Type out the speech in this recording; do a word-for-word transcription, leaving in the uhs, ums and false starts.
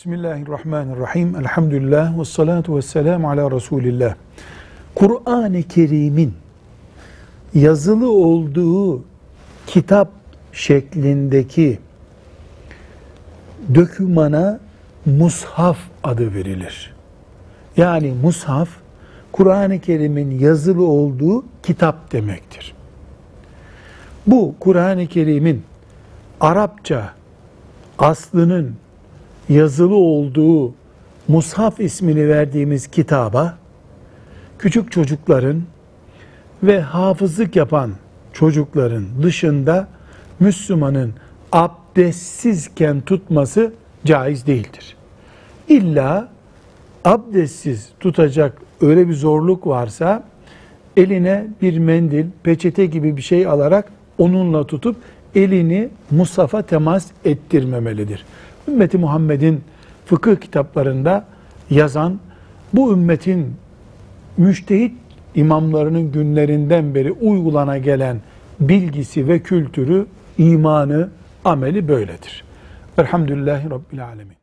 Bismillahirrahmanirrahim. Elhamdülillah ve salatu ve selamu ala Resulillah. Kur'an-ı Kerim'in yazılı olduğu kitap şeklindeki dökümana mushaf adı verilir. Yani mushaf, Kur'an-ı Kerim'in yazılı olduğu kitap demektir. Bu Kur'an-ı Kerim'in Arapça aslının yazılı olduğu mushaf ismini verdiğimiz kitaba küçük çocukların ve hafızlık yapan çocukların dışında Müslümanın abdestsizken tutması caiz değildir. İlla abdestsiz tutacak öyle bir zorluk varsa eline bir mendil, peçete gibi bir şey alarak onunla tutup elini mushafa temas ettirmemelidir. Ümmeti Muhammed'in fıkıh kitaplarında yazan, bu ümmetin müştehit imamlarının günlerinden beri uygulana gelen bilgisi ve kültürü, imanı, ameli böyledir. Elhamdülillahi Rabbil Alemin.